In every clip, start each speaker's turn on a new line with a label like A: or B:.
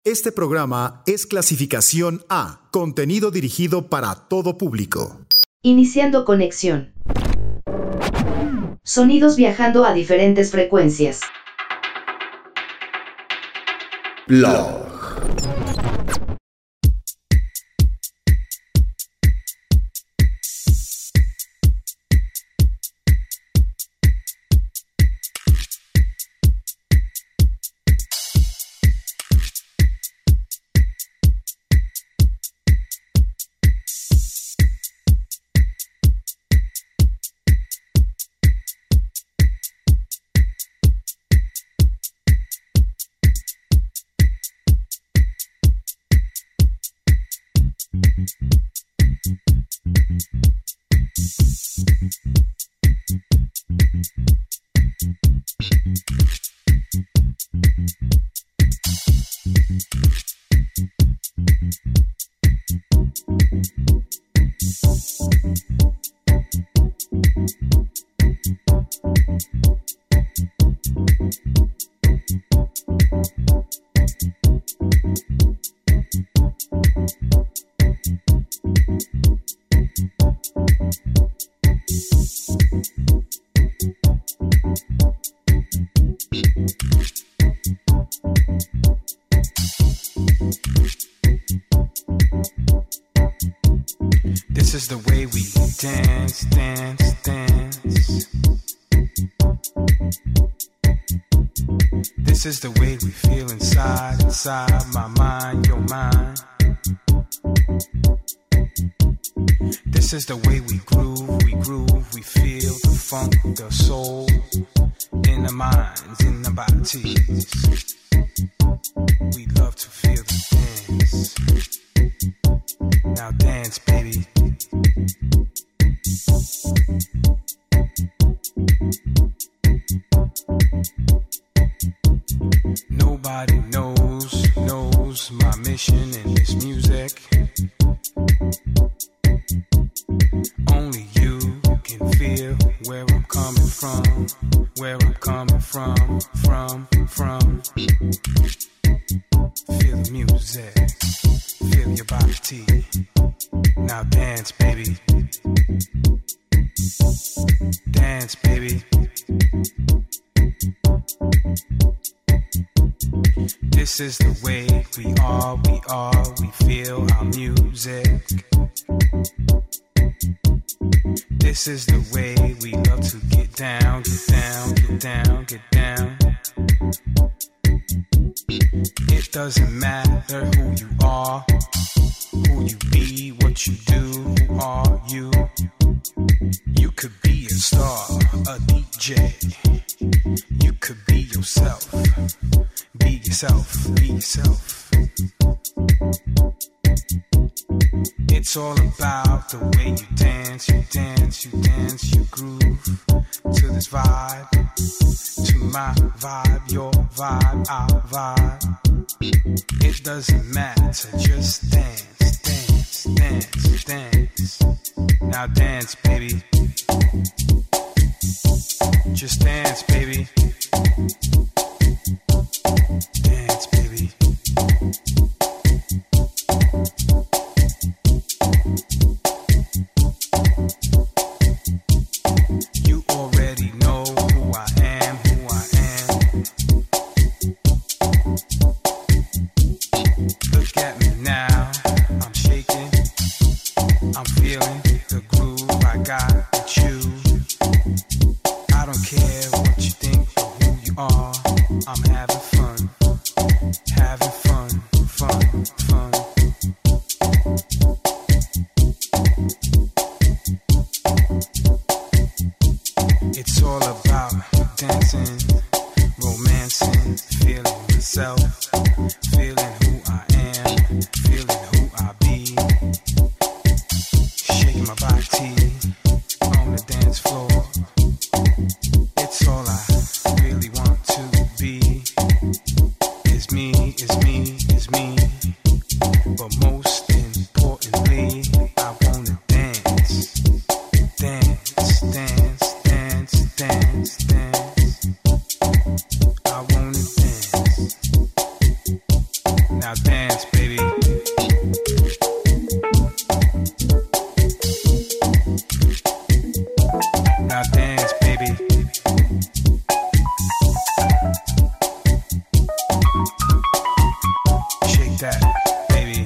A: Este programa es clasificación A, contenido dirigido para todo público.
B: Iniciando conexión. Sonidos viajando a diferentes frecuencias.
A: Blog.
C: This is the way we dance, dance, dance. This is the way we feel inside, inside my mind, your mind. This is the way we groove, we feel the funk, the soul, in the minds, in the bodies. We love to feel the dance. Now dance, baby. Nobody knows my mission in this music. Only you can feel where I'm coming from, where I'm coming from. Feel the music, feel your body. Now dance, baby. Dance, baby. This is the way we are, we feel our music. This is the way we love to get down, get down, get down, get down. It doesn't matter who you are, who you be, what you do, who are you? You could be a star, a DJ. You could be yourself. Be yourself, be yourself. It's all about the way you dance, you dance, you dance, you groove to this vibe, to my vibe, your vibe, our vibe. It doesn't matter, just dance, dance, dance, dance. Now dance, baby. Just dance, baby. Dance, baby. You already know who I am, who I am. Look at me now, I'm shaking, I'm feeling the groove I got with you. I don't care what you think or who you are, I'm having fun, fun, fun. It's all about dancing, romancing, feeling myself, feeling who I am, feeling who I be. Shaking my body on the dance floor. It's all I really want to be. Is me, is me, is me. dance, baby. Now dance, baby. Shake that, baby.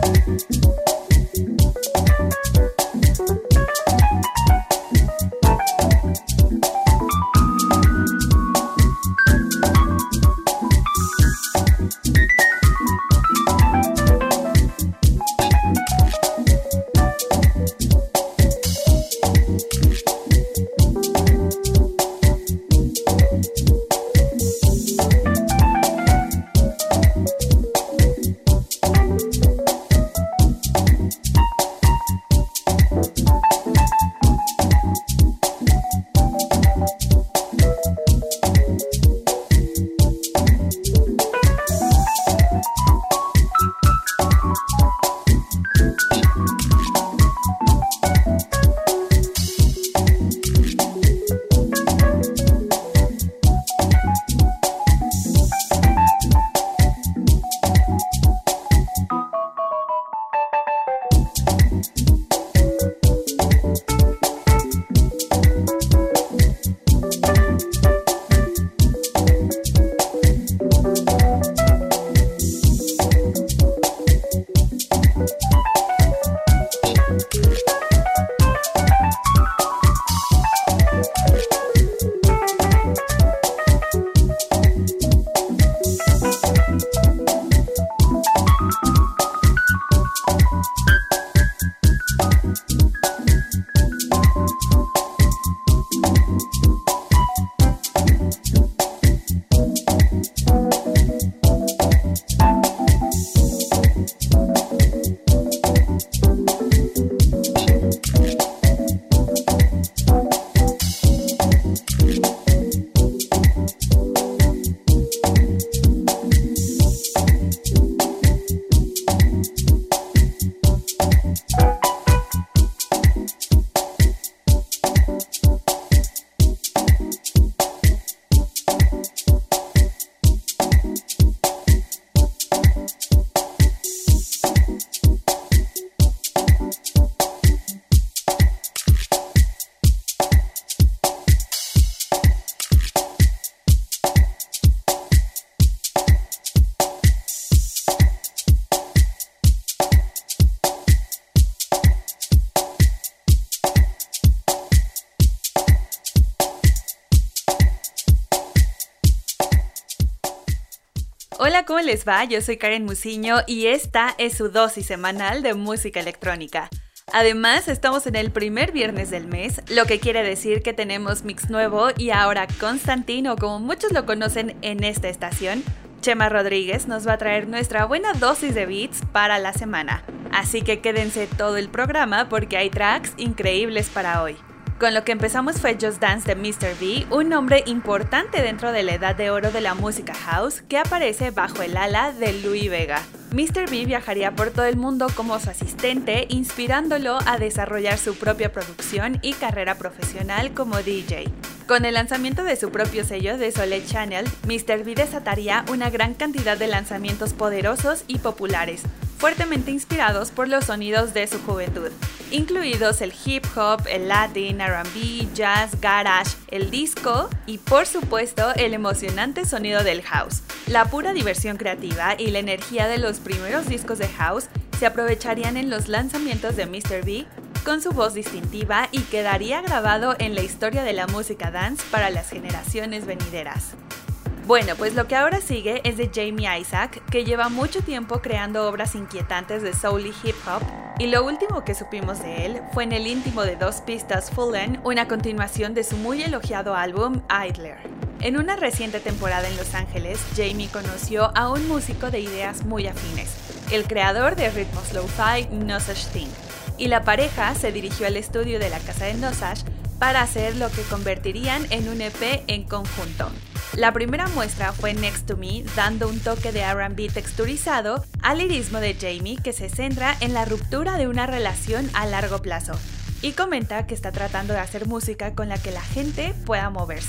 D: Hola, ¿cómo les va? Yo soy Karen Musiño y esta es su dosis semanal de música electrónica. Además, estamos en el primer viernes del mes, lo que quiere decir que tenemos mix nuevo y ahora Constantino, como muchos lo conocen en esta estación, Chema Rodríguez nos va a traer nuestra buena dosis de beats para la semana. Así que quédense todo el programa porque hay tracks increíbles para hoy. Con lo que empezamos fue Just Dance de Mr. V, un nombre importante dentro de la edad de oro de la música house que aparece bajo el ala de Louie Vega. Mr. V viajaría por todo el mundo como su asistente, inspirándolo a desarrollar su propia producción y carrera profesional como DJ. Con el lanzamiento de su propio sello de Soleil Channel, Mr. V desataría una gran cantidad de lanzamientos poderosos y populares, fuertemente inspirados por los sonidos de su juventud, incluidos el hip hop, el latin, R&B, jazz, garage, el disco y por supuesto el emocionante sonido del house. La pura diversión creativa y la energía de los primeros discos de house se aprovecharían en los lanzamientos de Mr. V con su voz distintiva y quedaría grabado en la historia de la música dance para las generaciones venideras. Bueno, pues lo que ahora sigue es de Jamie Isaac, que lleva mucho tiempo creando obras inquietantes de soul y hip hop, y lo último que supimos de él fue en el íntimo de 2 pistas Fallen, una continuación de su muy elogiado álbum Idler. En una reciente temporada en Los Ángeles, Jamie conoció a un músico de ideas muy afines, el creador de ritmos lo-fi Nosage Thing, y la pareja se dirigió al estudio de la casa de Nosage para hacer lo que convertirían en un EP en conjunto. La primera muestra fue Next to Me, dando un toque de R&B texturizado al lirismo de Jamie, que se centra en la ruptura de una relación a largo plazo, y comenta que está tratando de hacer música con la que la gente pueda moverse.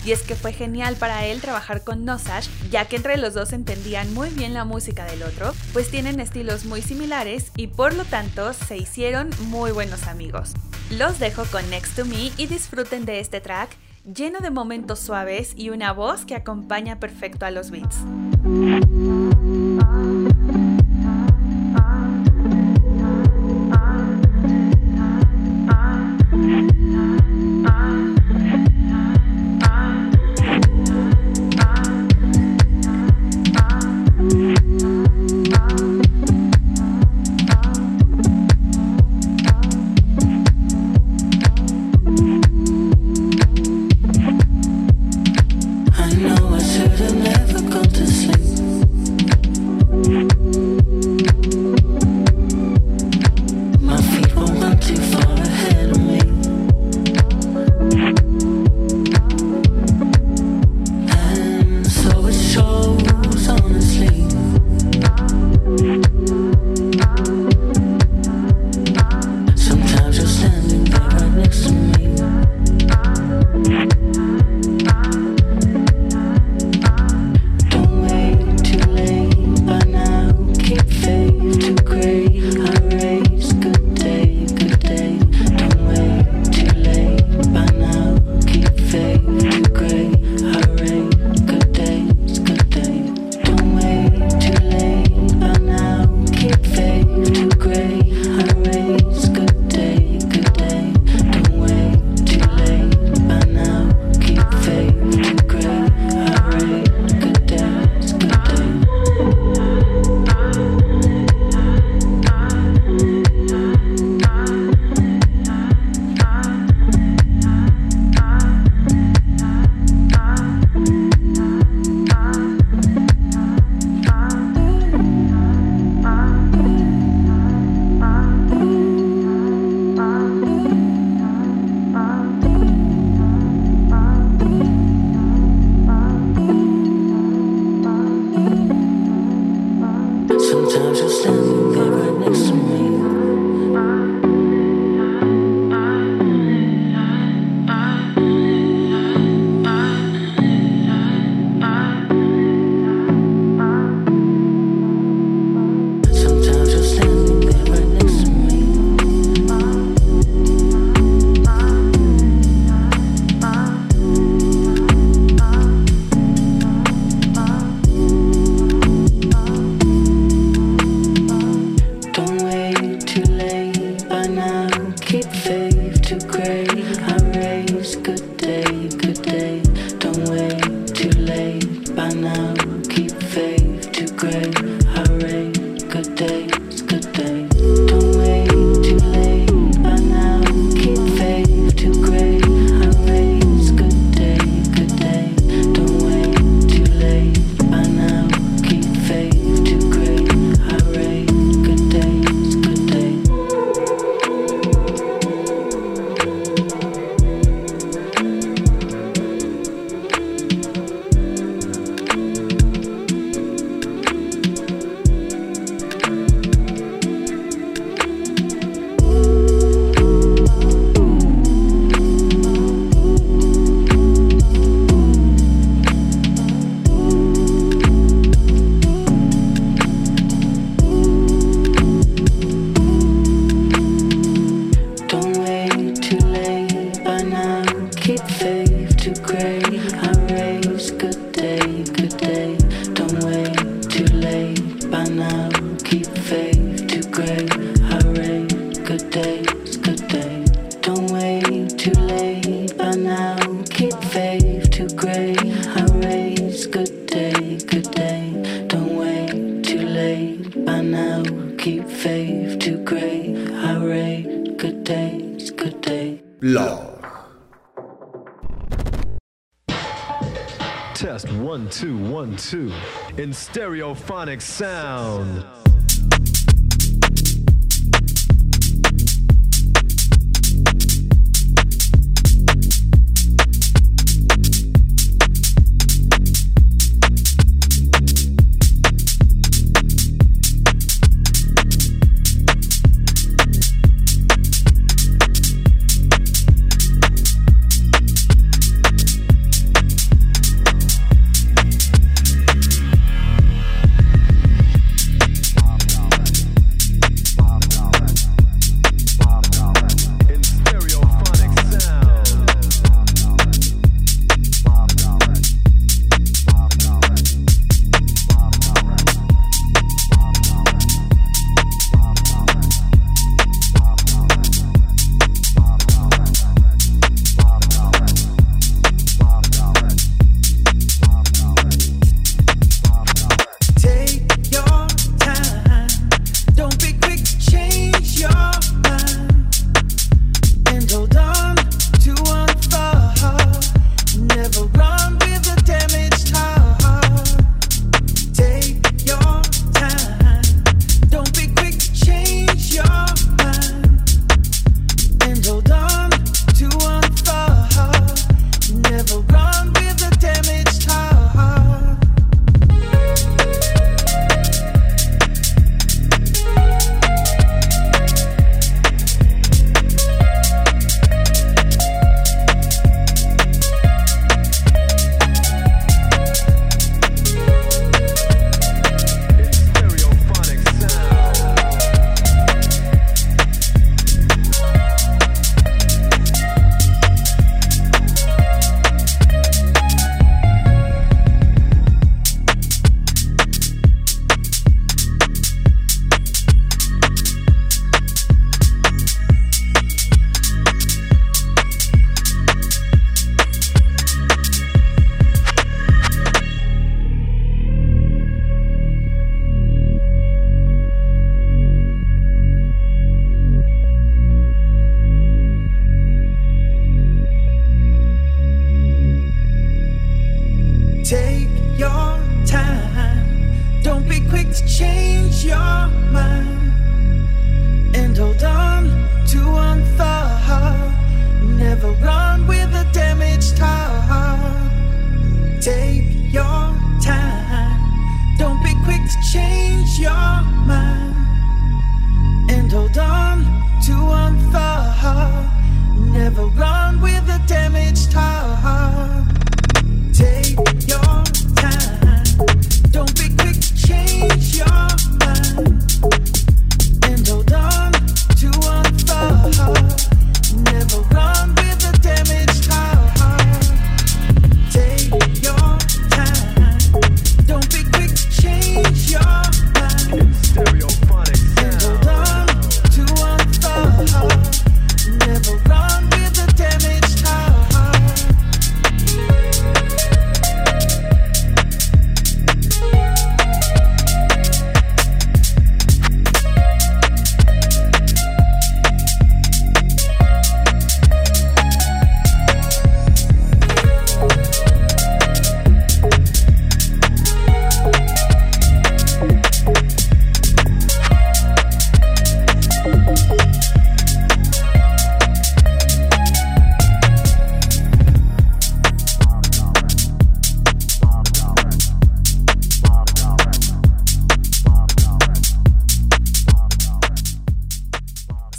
D: y es que fue genial para él trabajar con Nosage, ya que entre los dos entendían muy bien la música del otro, pues tienen estilos muy similares y por lo tanto se hicieron muy buenos amigos. Los dejo con Next to Me y disfruten de este track lleno de momentos suaves y una voz que acompaña perfecto a los beats.
E: Test 1 2 1 2 in stereophonic sound.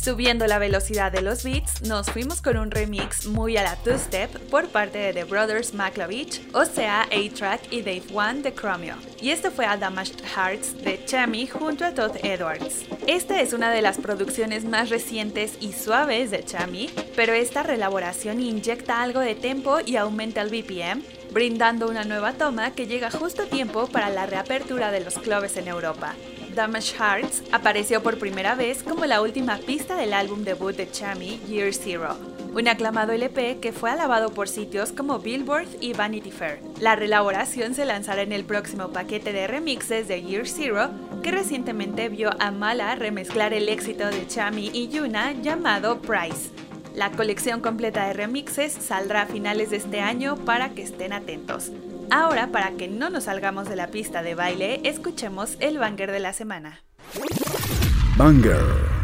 D: Subiendo la velocidad de los beats, nos fuimos con un remix muy a la two-step por parte de The Brothers Maklovich, o sea, A-Track y Dave One de Chromeo. Y esto fue a Damaged Hearts de Chami junto a Todd Edwards. Esta es una de las producciones más recientes y suaves de Chami, pero esta reelaboración inyecta algo de tempo y aumenta el BPM, brindando una nueva toma que llega justo a tiempo para la reapertura de los clubes en Europa. Damaged Hearts apareció por primera vez como la última pista del álbum debut de Chami, Year Zero, un aclamado LP que fue alabado por sitios como Billboard y Vanity Fair. La reelaboración se lanzará en el próximo paquete de remixes de Year Zero, que recientemente vio a Mala remezclar el éxito de Chami y Yuna llamado Price. La colección completa de remixes saldrá a finales de este año para que estén atentos. Ahora, para que no nos salgamos de la pista de baile, escuchemos el banger de la semana.
A: Banger.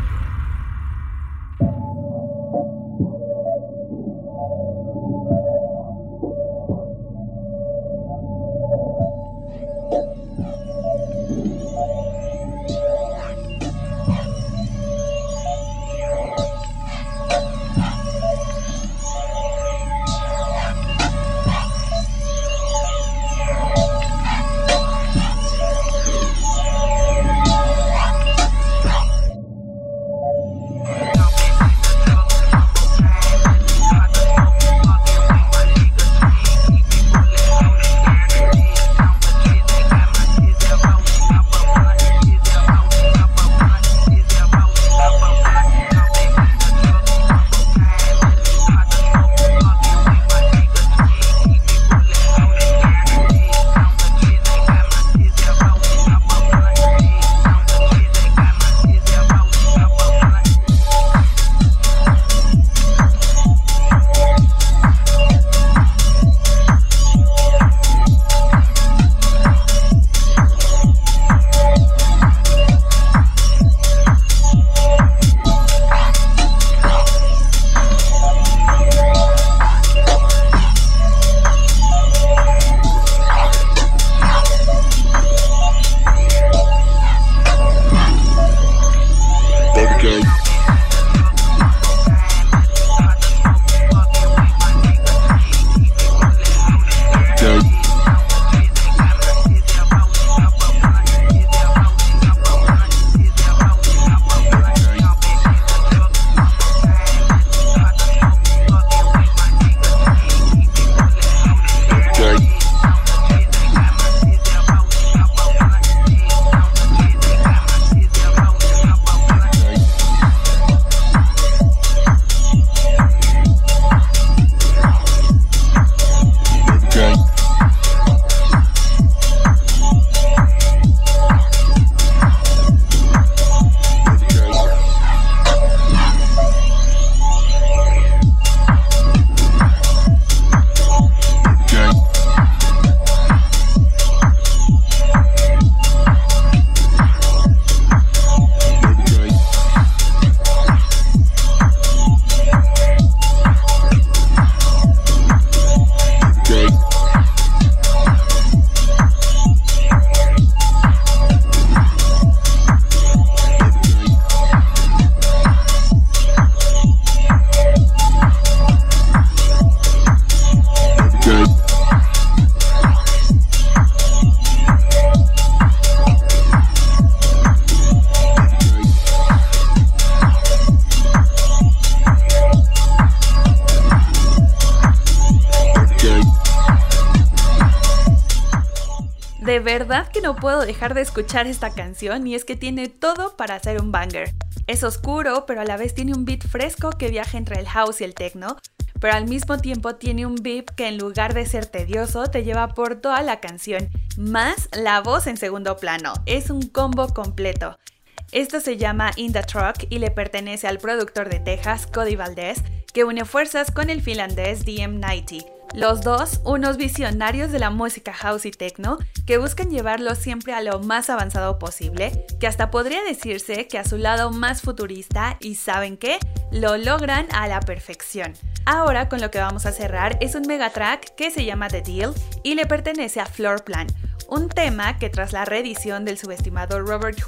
D: De verdad que no puedo dejar de escuchar esta canción y es que tiene todo para ser un banger. Es oscuro, pero a la vez tiene un beat fresco que viaja entre el house y el techno, pero al mismo tiempo tiene un beat que en lugar de ser tedioso te lleva por toda la canción, más la voz en segundo plano. Es un combo completo. Esto se llama In the Truck y le pertenece al productor de Texas, Cody Valdez, que une fuerzas con el finlandés DM90. Los dos, unos visionarios de la música house y techno, que buscan llevarlo siempre a lo más avanzado posible, que hasta podría decirse que a su lado más futurista, y ¿saben qué? Lo logran a la perfección. Ahora con lo que vamos a cerrar es un megatrack que se llama The Deal y le pertenece a Floor Plan, un tema que tras la reedición del subestimado Robert Hood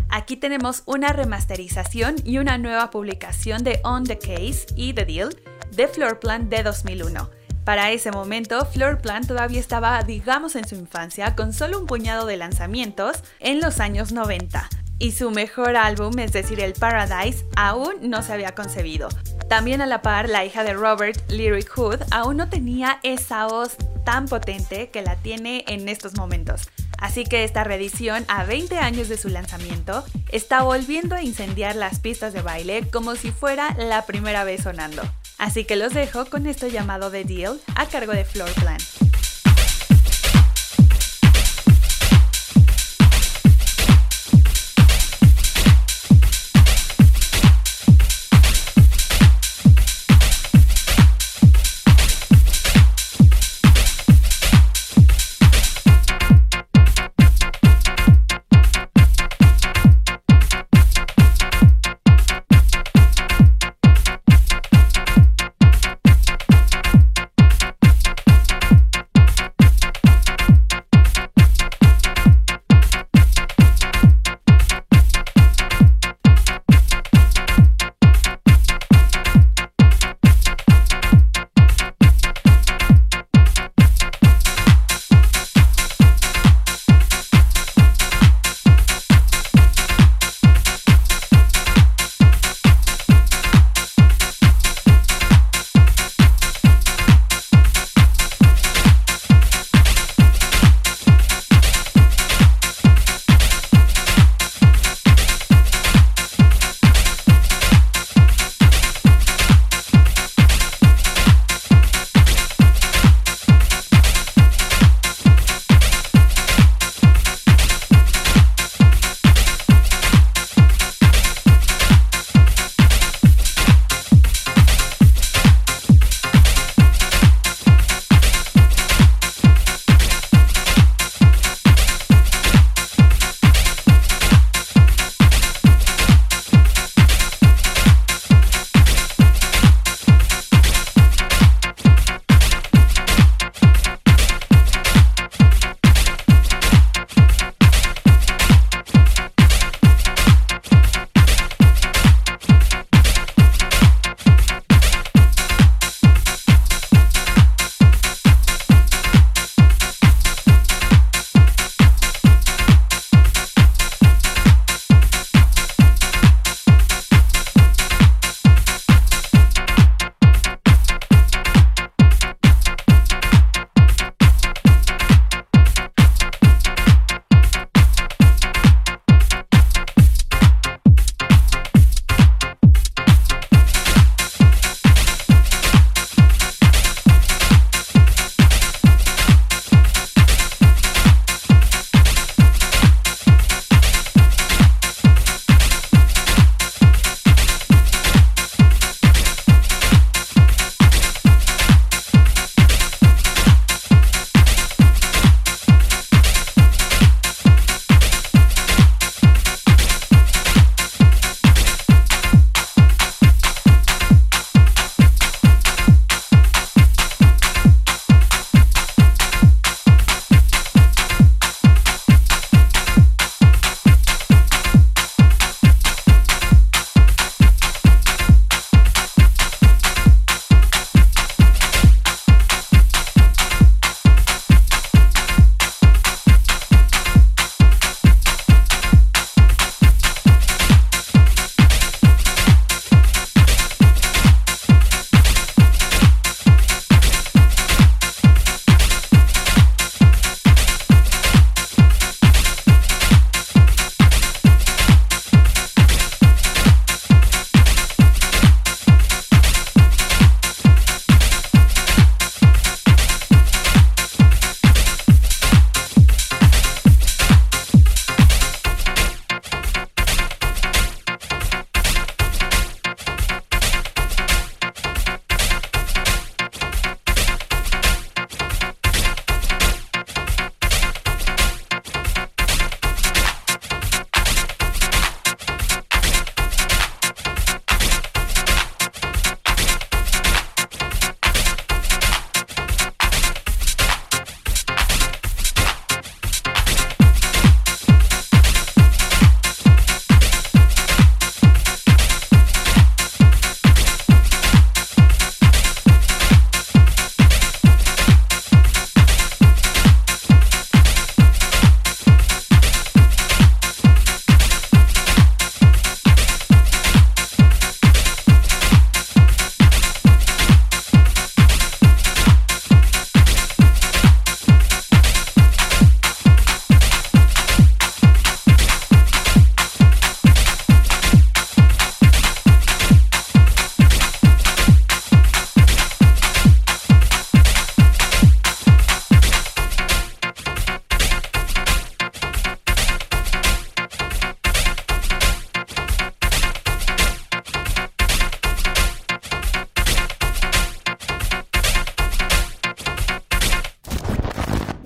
D: Aquí tenemos una remasterización y una nueva publicación de On the Case y The Deal de Floorplan de 2001. Para ese momento, Floorplan todavía estaba, digamos, en su infancia, con solo un puñado de lanzamientos en los años 90. Y su mejor álbum, es decir, el Paradise, aún no se había concebido. También a la par, la hija de Robert, Lyric Hood, aún no tenía esa voz tan potente que la tiene en estos momentos. Así que esta reedición, a 20 años de su lanzamiento, está volviendo a incendiar las pistas de baile como si fuera la primera vez sonando. Así que los dejo con esto llamado The Deal, a cargo de Floorplan.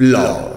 A: Plug.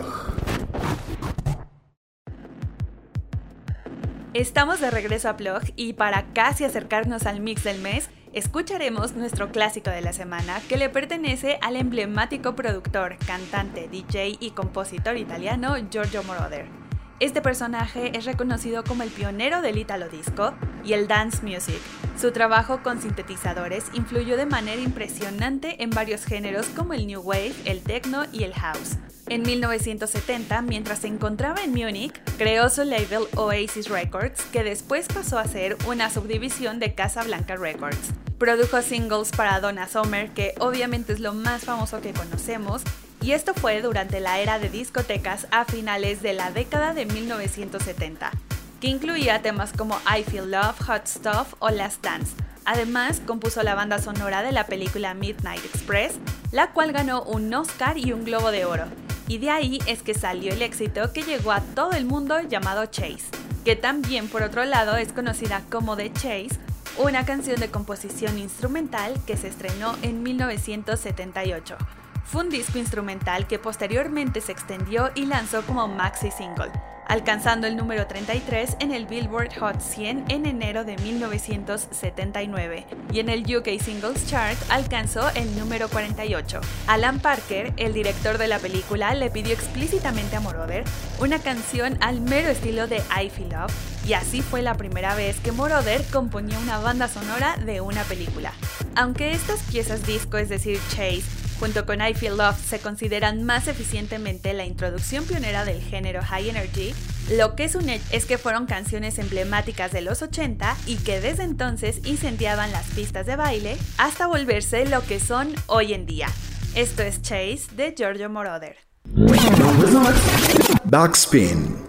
D: Estamos de regreso a Plug y para casi acercarnos al mix del mes, escucharemos nuestro clásico de la semana que le pertenece al emblemático productor, cantante, DJ y compositor italiano Giorgio Moroder. Este personaje es reconocido como el pionero del Italo Disco y el Dance Music. Su trabajo con sintetizadores influyó de manera impresionante en varios géneros como el New Wave, el Techno y el House. En 1970, mientras se encontraba en Múnich, creó su label Oasis Records, que después pasó a ser una subdivisión de Casablanca Records. Produjo singles para Donna Summer, que obviamente es lo más famoso que conocemos, y esto fue durante la era de discotecas a finales de la década de 1970, que incluía temas como I Feel Love, Hot Stuff o Last Dance. Además, compuso la banda sonora de la película Midnight Express, la cual ganó un Oscar y un Globo de Oro. Y de ahí es que salió el éxito que llegó a todo el mundo llamado Chase, que también por otro lado es conocida como The Chase, una canción de composición instrumental que se estrenó en 1978. Fue un disco instrumental que posteriormente se extendió y lanzó como maxi single, alcanzando el número 33 en el Billboard Hot 100 en enero de 1979, y en el UK Singles Chart alcanzó el número 48. Alan Parker, el director de la película, le pidió explícitamente a Moroder una canción al mero estilo de I Feel Love, y así fue la primera vez que Moroder componía una banda sonora de una película. Aunque estas piezas disco, es decir, Chase, junto con I Feel Love, se consideran más eficientemente la introducción pionera del género High Energy, lo que es un hecho es que fueron canciones emblemáticas de los 80 y que desde entonces incendiaban las pistas de baile hasta volverse lo que son hoy en día. Esto es Chase de Giorgio Moroder.
A: Backspin.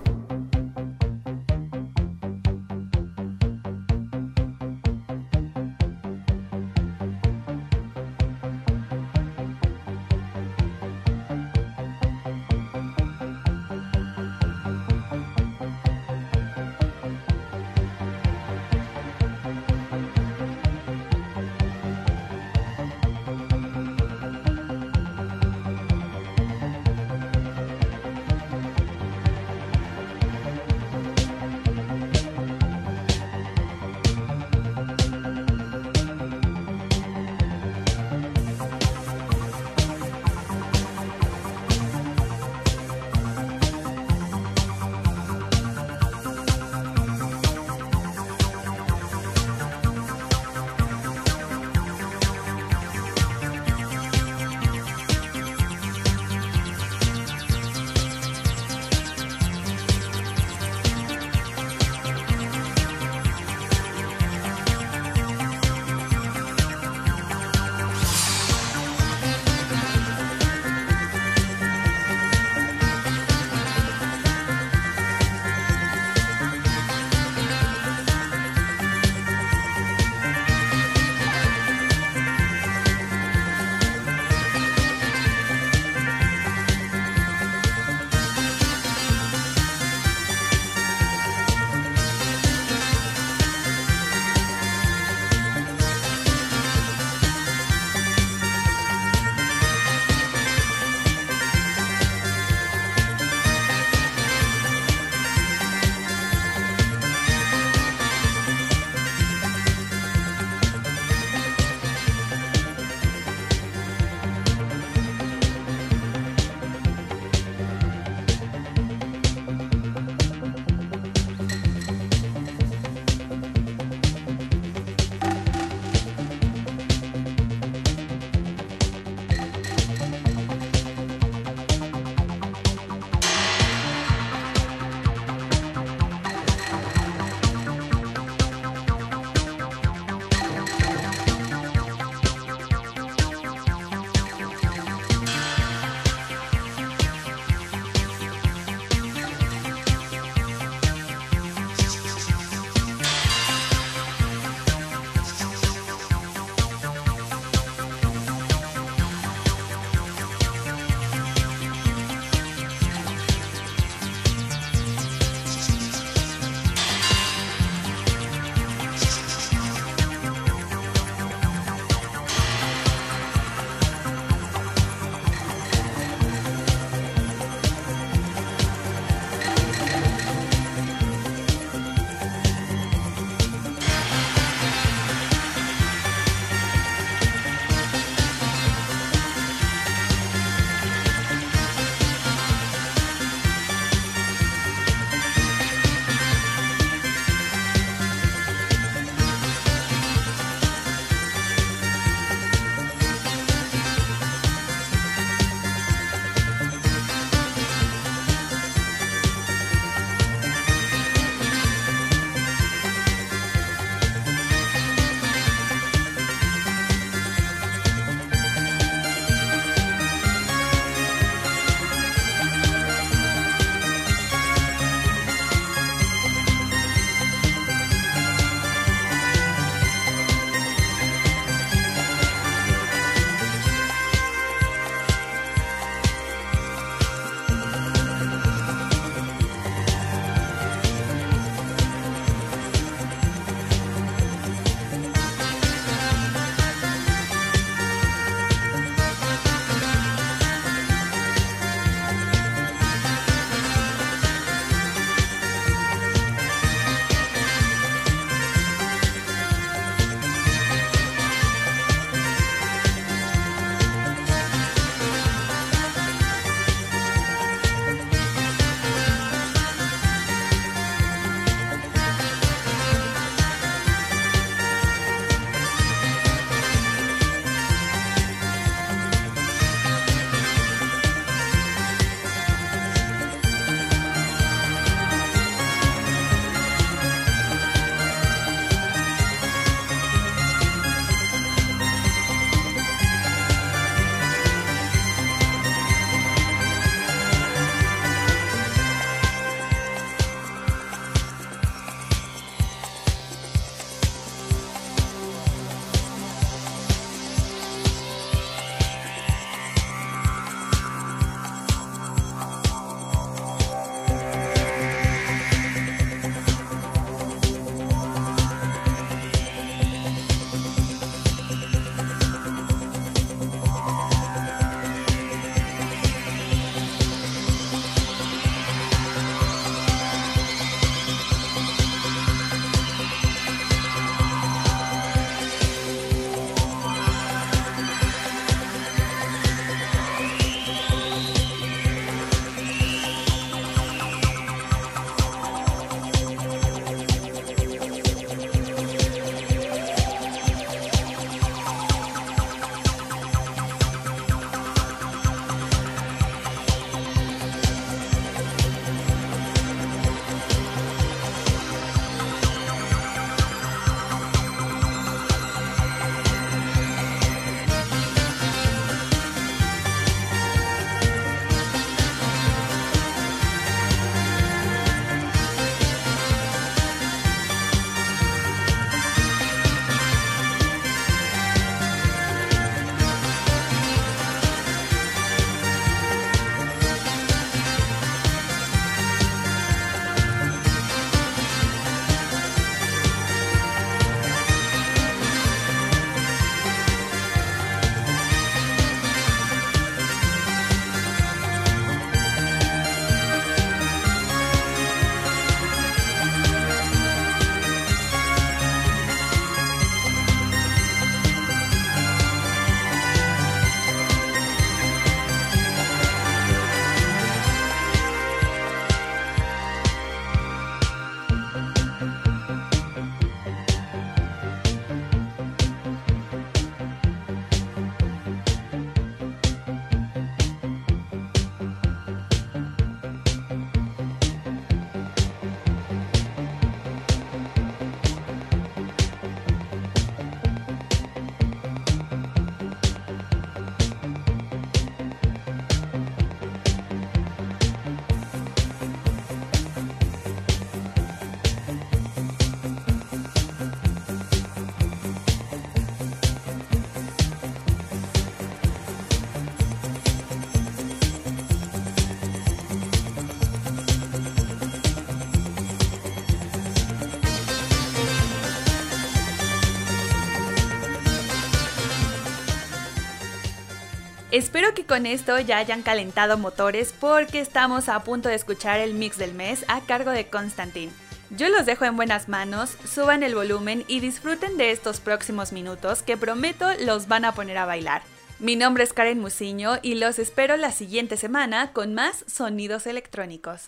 D: Espero que con esto ya hayan calentado motores porque estamos a punto de escuchar el mix del mes a cargo de Constantin. Yo los dejo en buenas manos, suban el volumen y disfruten de estos próximos minutos que prometo los van a poner a bailar. Mi nombre es Karen Musiño y los espero la siguiente semana con más sonidos electrónicos.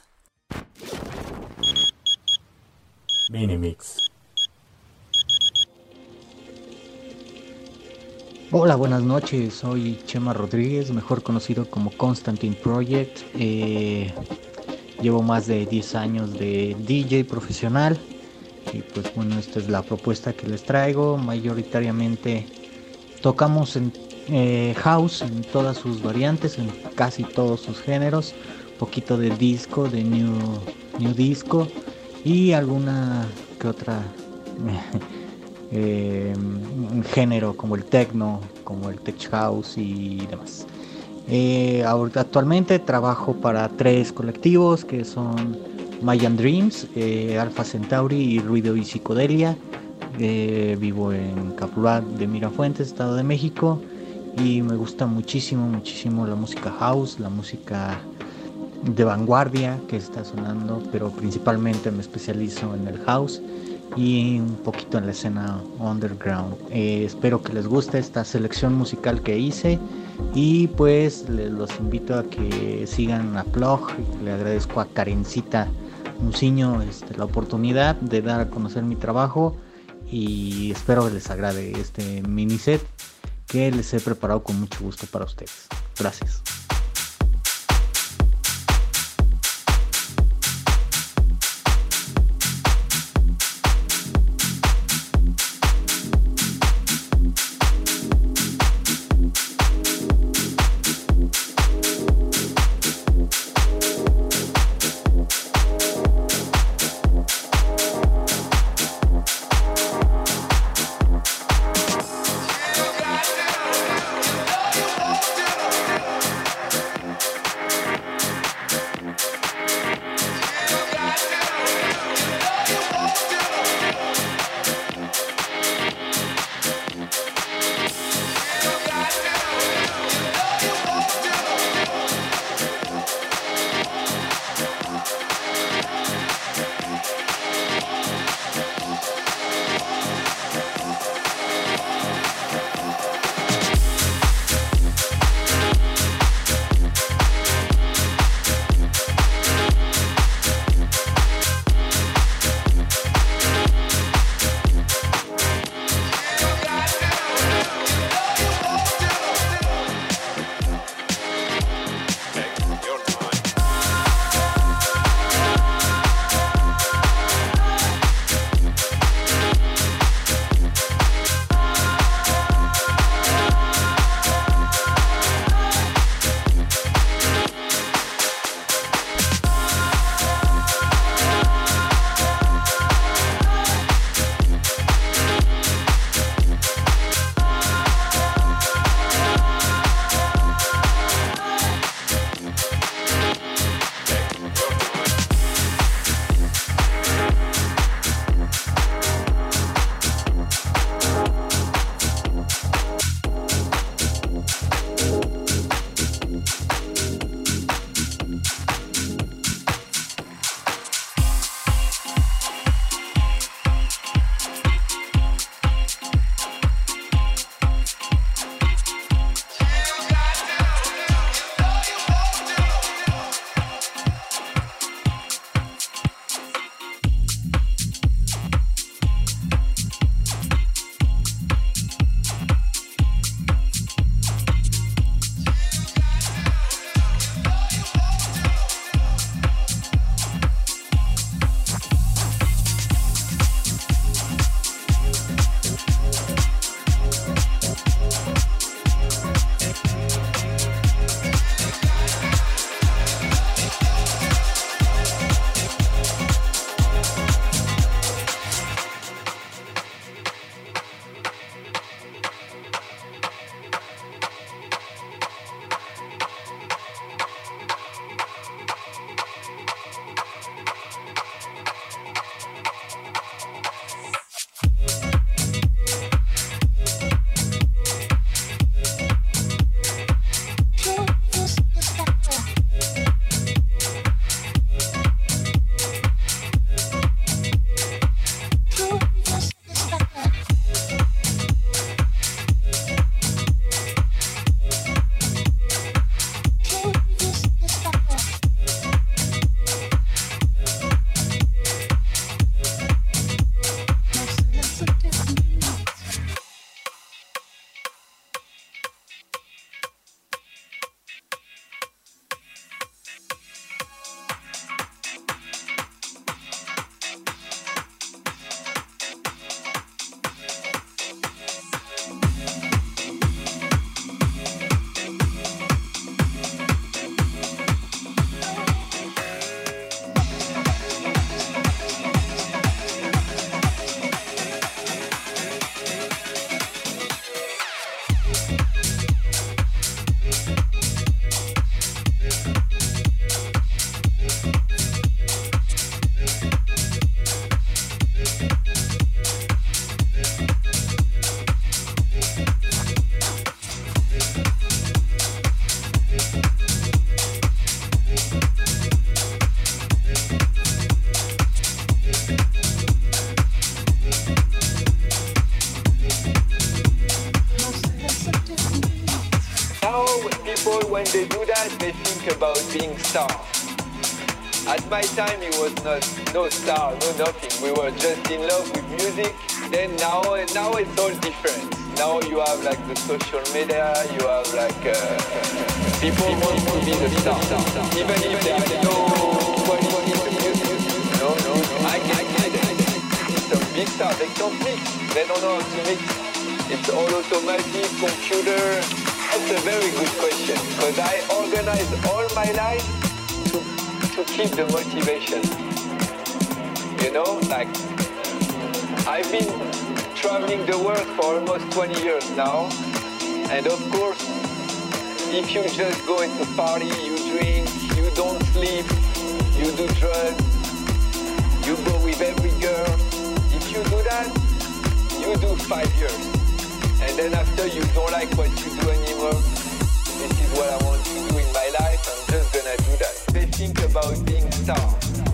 F: Minimix. Hola, buenas noches, soy Chema Rodríguez, mejor conocido como Constantin Project. Llevo más de 10 años de DJ profesional y pues bueno, esta es la propuesta que les traigo. Mayoritariamente tocamos en house en todas sus variantes, en casi todos sus géneros, poquito de disco, de new disco y alguna que otra género como el techno, como el tech house y demás. Actualmente trabajo para 3 colectivos que son Mayan Dreams, Alpha Centauri y Ruido y Psicodelia. Vivo en Capulá de Mirafuentes, Estado de México, y me gusta muchísimo la música house, la música de vanguardia que está sonando, pero principalmente me especializo en el house y un poquito en la escena underground. Espero que les guste esta selección musical que hice y pues los invito a que sigan a Plug. Le agradezco a Karencita Musiño la oportunidad de dar a conocer mi trabajo y espero que les agrade este mini set que les he preparado con mucho gusto para ustedes. Gracias.
G: when they do that, they think about being star. At my time, it was no star, no nothing. We were just in love with music. Then now it's all different. Now you have like the social media, you have like people want to be the star, even if they have no quality in the music. No, I get it. Some big stars, they can't mix. They don't know how to mix. It's all automatic, computer. That's a very good question, because I organized all my life to keep the motivation. You know, like I've been traveling the world for almost 20 years now, and of course, if you just go into party, you drink, you don't sleep, you do drugs, you go with every girl. If you do that, you do 5 years, and then after you don't like what you do anymore. This is what I want to do in my life. I'm just gonna do that. They think about being star.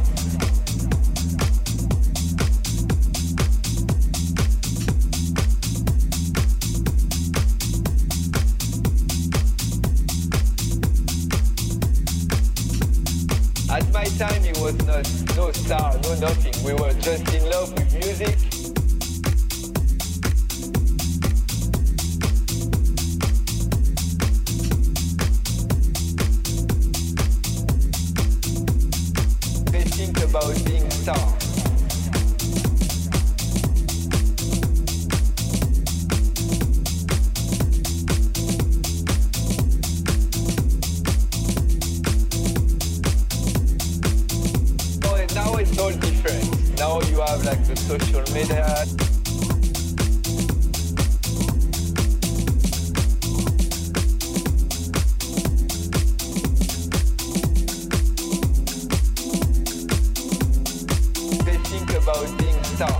G: At my time, it was no star, no nothing. We were just in love with music. They think about being star. Now it's all different. Now you have like the social media. They think about being star.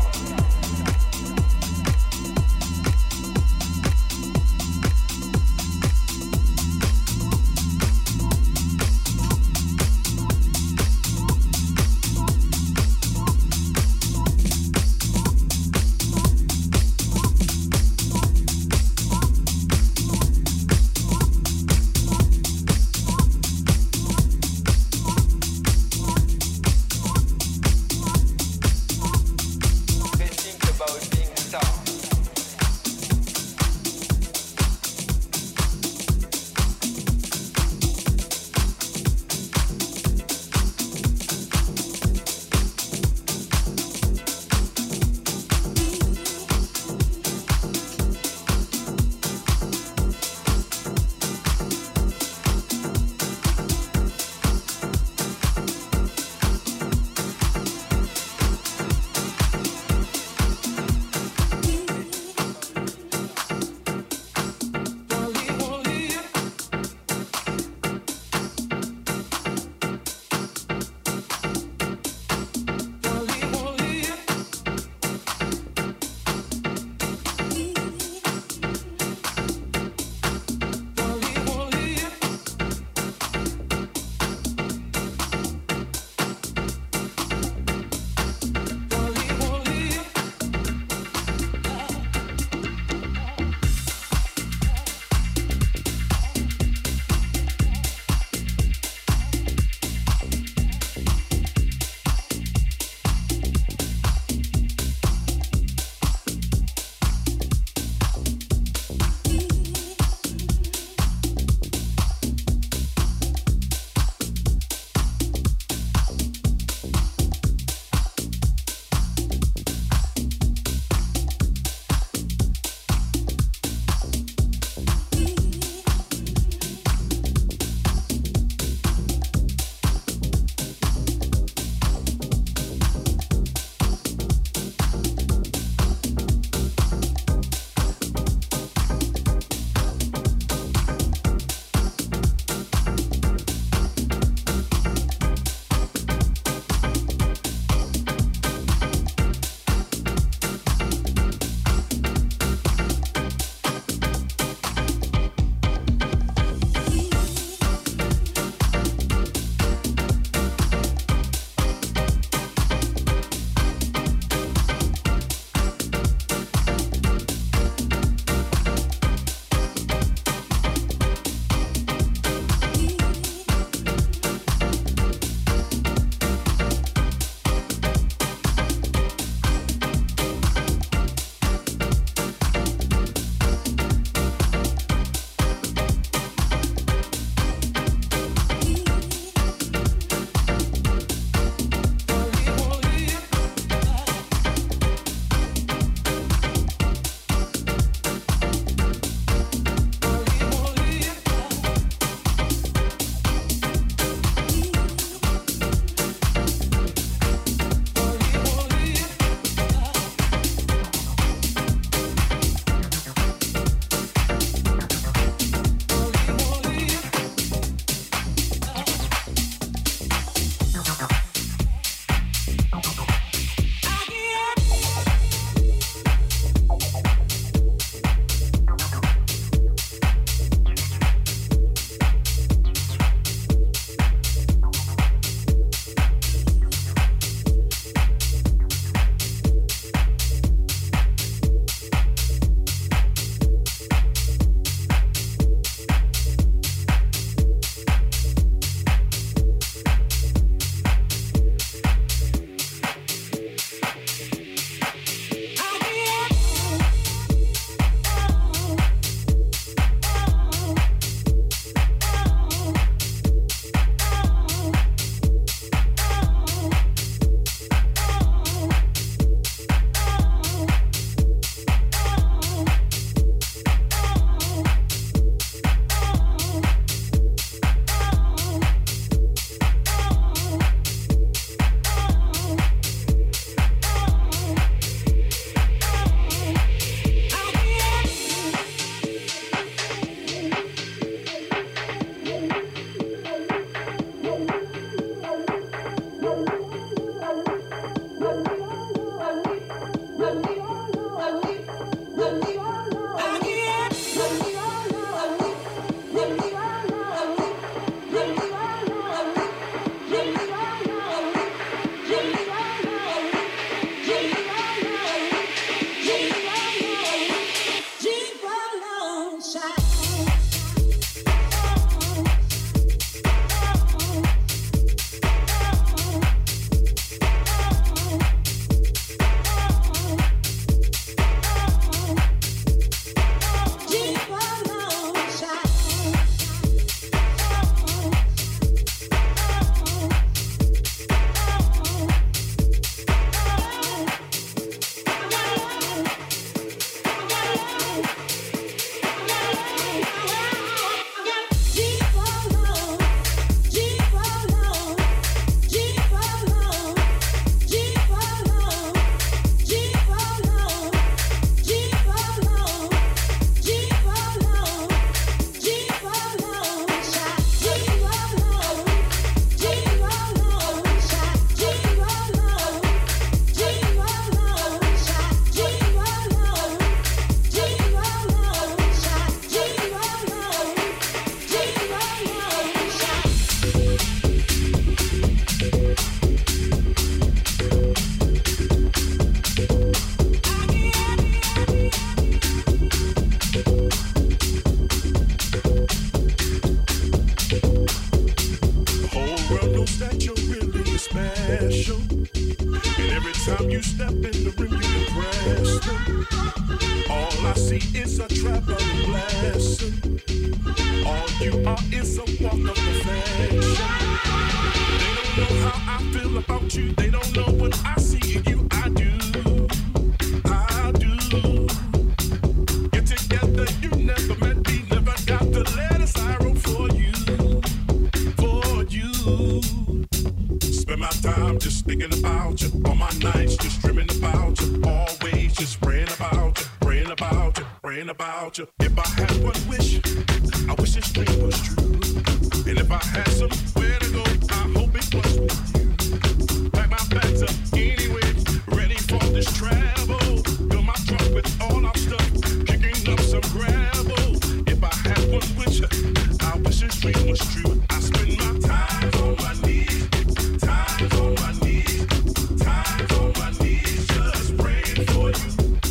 H: All I see is a trap of blessing. All you are is a walk of perfection. They don't know how I feel about you. They don't know what I see in you. I do. I do. Get together, you never met me. Never got the letters I wrote for you. For you. Spend my time just thinking about you. All my nights just dreaming about you. Always just praying about you. Praying about you. Praying about you. If I had one wish, I wish this dream was true. And if I had somewhere to go, I hope it was with you. Pack my bags up anyway, ready for this travel. Fill my trunk with all our stuff, kicking up some gravel. If I had one wish, I wish this dream was true. I spend my time on my knees, time on my knees, time on my knees, just praying for you.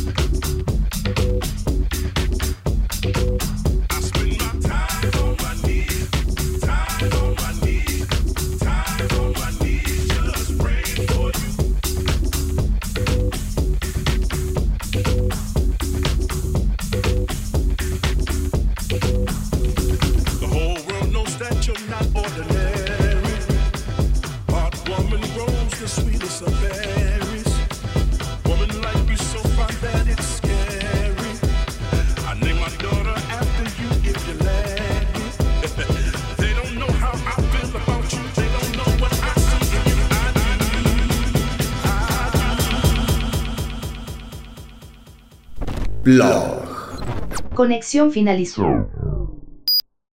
H: I spend my time on my knees, time on my knees, time on my knees, just praying for you. The whole world knows that you're not ordinary. Hard woman grows the sweetest of berries. Woman like you so fine that it's scary. I name my daughter after you if you let me. They don't know how I feel about you. They don't know what I see in you. I do.
A: Blog.
B: Conexión finalizó.